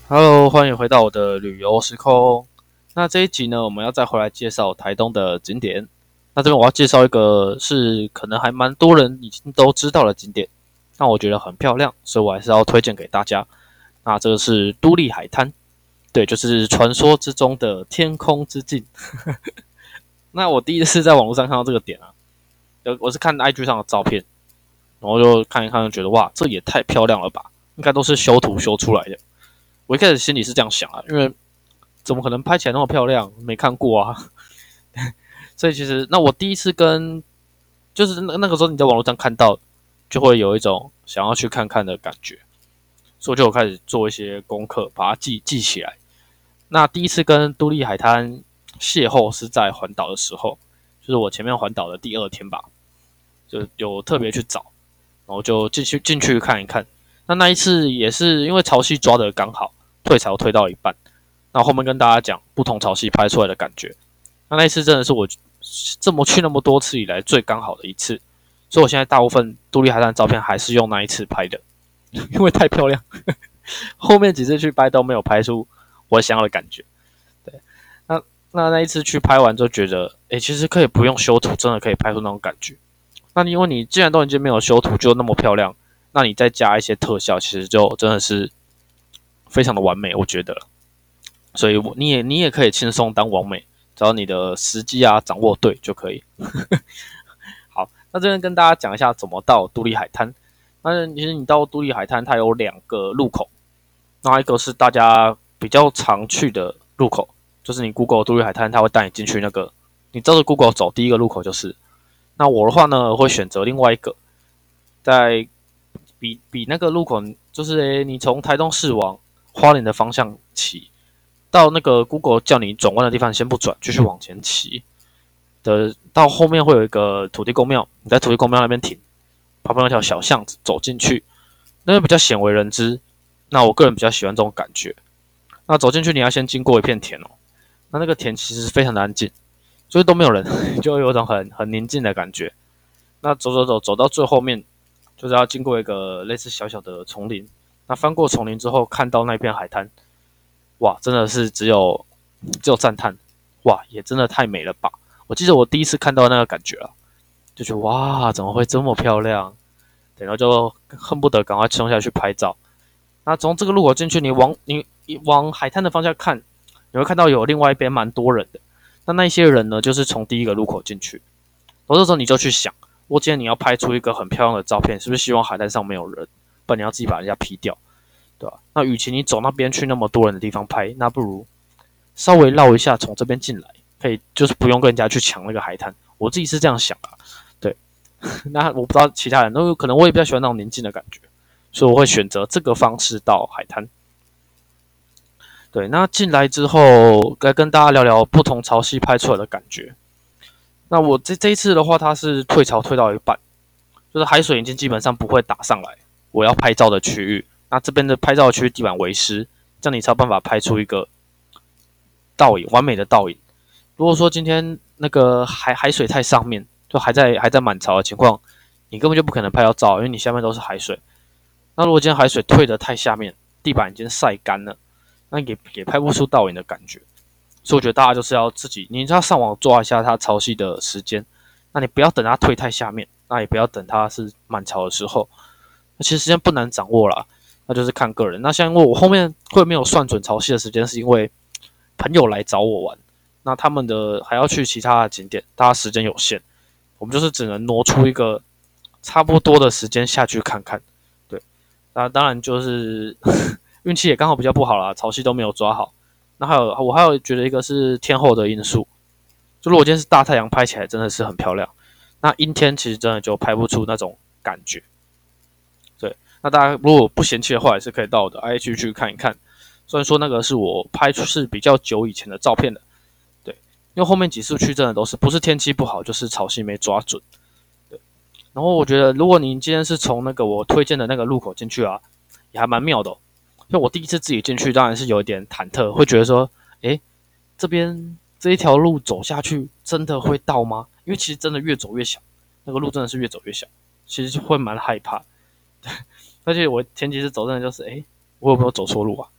Hello，欢迎回到我的旅游时空。那这一集呢，我们要再回来介绍台东的景点。那这边我要介绍一个是可能还蛮多人已经都知道的景点，那我觉得很漂亮，所以我还是要推荐给大家。那这个是都立海滩，对，就是传说之中的天空之镜。那我第一次在网络上看到这个点啊，我是看 IG 上的照片，然后就看一看，就觉得哇，这也太漂亮了吧！应该都是修图修出来的。我一开始心里是这样想啊，因为怎么可能拍起来那么漂亮？没看过啊。所以其实，那我第一次就是那个时候你在网络上看到，就会有一种想要去看看的感觉，所以我就开始做一些功课，把它记起来。那第一次跟都立海滩邂逅是在环岛的时候，就是我前面环岛的第二天吧，就有特别去找，然后就进去看一看。那一次也是因为潮汐抓的刚好，退潮退到一半，那后面跟大家讲不同潮汐拍出来的感觉。那一次真的是我这么去那么多次以来最刚好的一次，所以我现在大部分都立海滩的照片还是用那一次拍的，因为太漂亮。后面几次去拍都没有拍出我想要的感觉。对，那那一次去拍完就觉得，其实可以不用修图，真的可以拍出那种感觉。那因为你既然都已经没有修图，就那么漂亮，那你再加一些特效，其实就真的是非常的完美，我觉得。所以你也可以轻松当完美，只要你的时机啊掌握对就可以。好，那这边跟大家讲一下怎么到都立海滩。那其实你到都立海滩，它有两个入口，那一个是大家比较常去的入口，就是你 Google 都立海滩，它会带你进去那个，你照着 Google 走，第一个入口就是。那我的话呢，我会选择另外一个，在比那个路口，就是你从台东市往花莲的方向骑，到那个 Google 叫你转弯的地方，先不转，继续往前骑到后面会有一个土地公庙，你在土地公庙那边停，旁边有条小巷子，走进去，那个比较鲜为人知。那我个人比较喜欢这种感觉。那走进去，你要先经过一片田哦，那个田其实非常的安静，就是都没有人，就有一种很宁静的感觉。那走到最后面，就是要经过一个类似小小的丛林。那翻过丛林之后，看到那片海滩，哇，真的是只有赞叹，哇，也真的太美了吧！我记得我第一次看到那个感觉了，就觉得哇，怎么会这么漂亮？对，然后就恨不得赶快冲下去拍照。那从这个路口进去，你往海滩的方向看，你会看到有另外一边蛮多人的。那一些人呢，就是从第一个路口进去。然后这时候你就去想，我今天你要拍出一个很漂亮的照片，是不是希望海滩上没有人？不然你要自己把人家 P 掉，对吧？那与其你走那边去那么多人的地方拍，那不如稍微绕一下，从这边进来，可以就是不用跟人家去抢那个海滩。我自己是这样想啊，对。那我不知道其他人，那可能我也比较喜欢那种宁静的感觉，所以我会选择这个方式到海滩。对，那进来之后，该跟大家聊聊不同潮汐拍出来的感觉。那我这一次的话，它是退潮退到一半，就是海水已经基本上不会打上来我要拍照的区域。那这边的拍照区地板为湿，这样你才有办法拍出一个倒影，完美的倒影。如果说今天那个海水太上面，就还在满潮的情况，你根本就不可能拍到照，因为你下面都是海水。那如果今天海水退得太下面，地板已经晒干了，那也拍不出倒影的感觉。所以我觉得大家就是要自己，你要上网抓一下它潮汐的时间，那你不要等它退太下面，那也不要等它是满潮的时候。那其实时间不难掌握啦，那就是看个人。那像因为我后面会没有算准潮汐的时间，是因为朋友来找我玩，那他们的还要去其他的景点，大家时间有限，我们就是只能挪出一个差不多的时间下去看看。对，那当然就是运气也刚好比较不好啦，潮汐都没有抓好。那我还有觉得一个是天候的因素，就如果今天是大太阳拍起来真的是很漂亮，那阴天其实真的就拍不出那种感觉。对，那大家如果不嫌弃的话，也是可以到我的 IG 去看一看。虽然说那个是我拍出是比较久以前的照片的，对，因为后面几次去真的都是不是天气不好，就是潮汐没抓准。对，然后我觉得如果你今天是从那个我推荐的那个路口进去啊，也还蛮妙的哦。就我第一次自己进去，当然是有一点忐忑，会觉得说，诶，这边这一条路走下去真的会到吗？因为其实真的越走越小，那个路真的是越走越小，其实就会蛮害怕。而且我前几次走真的就是，我有没有走错路啊？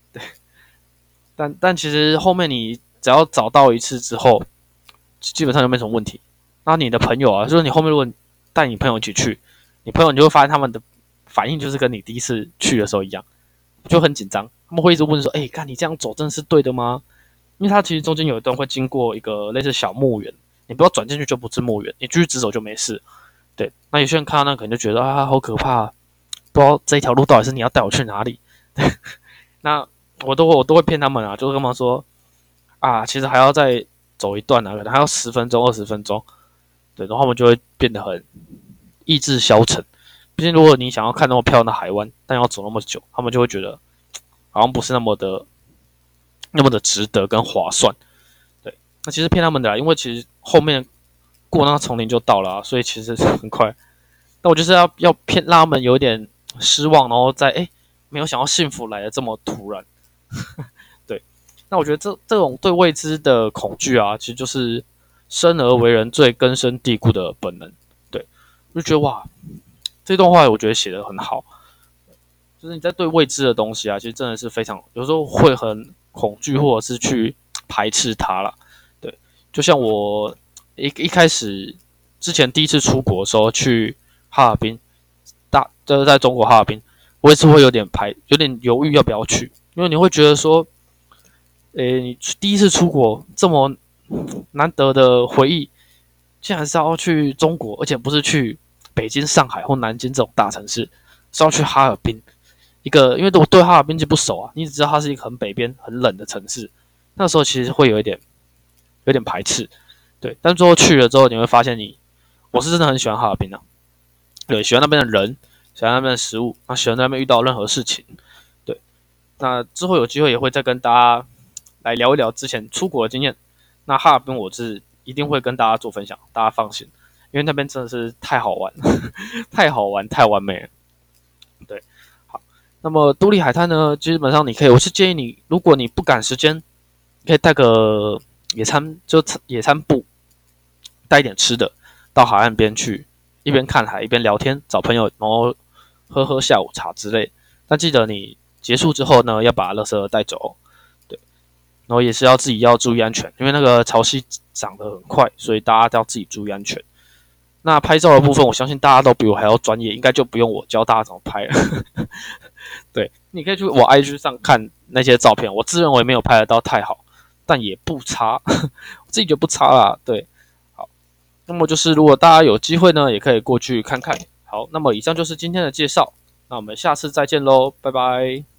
但其实后面你只要找到一次之后，基本上就没什么问题。那你的朋友啊，就是你后面如果带你朋友一起去，你朋友你就会发现他们的反应就是跟你第一次去的时候一样，就很紧张。他们会一直问说：“哎，看你这样走真的是对的吗？”因为它其实中间有一段会经过一个类似小墓园，你不要转进去就不是墓园，你继续直走就没事。对，那有些人看到那可能就觉得啊，好可怕啊，不知道这一条路到底是你要带我去哪里。那我都会骗他们啊，就跟他们说啊，其实还要再走一段啊，可能还要10分钟、20分钟。对，然后他们就会变得很意志消沉。毕竟如果你想要看那么漂亮的海湾，但要走那么久，他们就会觉得好像不是那么的值得跟划算。对，那其实骗他们的啦，因为其实后面过那个丛林就到了啊，所以其实是很快。但我就是要骗，让他们有点失望，然后没有想到幸福来的这么突然。对，那我觉得这种对未知的恐惧啊，其实就是生而为人最根深蒂固的本能。对，我就觉得哇，这段话我觉得写得很好，就是你在对未知的东西啊，其实真的是非常有时候会很恐惧，或者是去排斥它啦。对，就像我一开始之前第一次出国的时候去哈尔滨，就是在中国哈尔滨，我也是会有点犹豫要不要去，因为你会觉得说，你第一次出国这么难得的回忆，竟然是要去中国，而且不是去北京、上海或南京这种大城市，是要去哈尔滨。因为我对哈尔滨就不熟啊，你只知道它是一个很北边、很冷的城市，那时候其实会有点排斥，对。但最后去了之后，你会发现我是真的很喜欢哈尔滨啊，对，喜欢那边的人，喜欢那边的食物，喜欢在那边遇到任何事情，对。那之后有机会也会再跟大家来聊一聊之前出国的经验。那哈尔滨我是一定会跟大家做分享，大家放心，因为那边真的是太好玩了，太好玩，太完美了。对，好，那么都立海滩呢，基本上我是建议你，如果你不赶时间，可以带个野餐布，带一点吃的到海岸边去，一边看海一边聊天，找朋友，然后喝下午茶之类。但记得你结束之后呢，要把垃圾带走，对，然后也是自己注意安全，因为那个潮汐涨得很快，所以大家都要自己注意安全。那拍照的部分，我相信大家都比我还要专业，应该就不用我教大家怎么拍了。对，你可以去我 IG 上看那些照片，我自认为没有拍得到太好，但也不差，我自己觉得不差啦。对，好，那么就是如果大家有机会呢，也可以过去看看。好，那么以上就是今天的介绍，那我们下次再见喽，拜拜。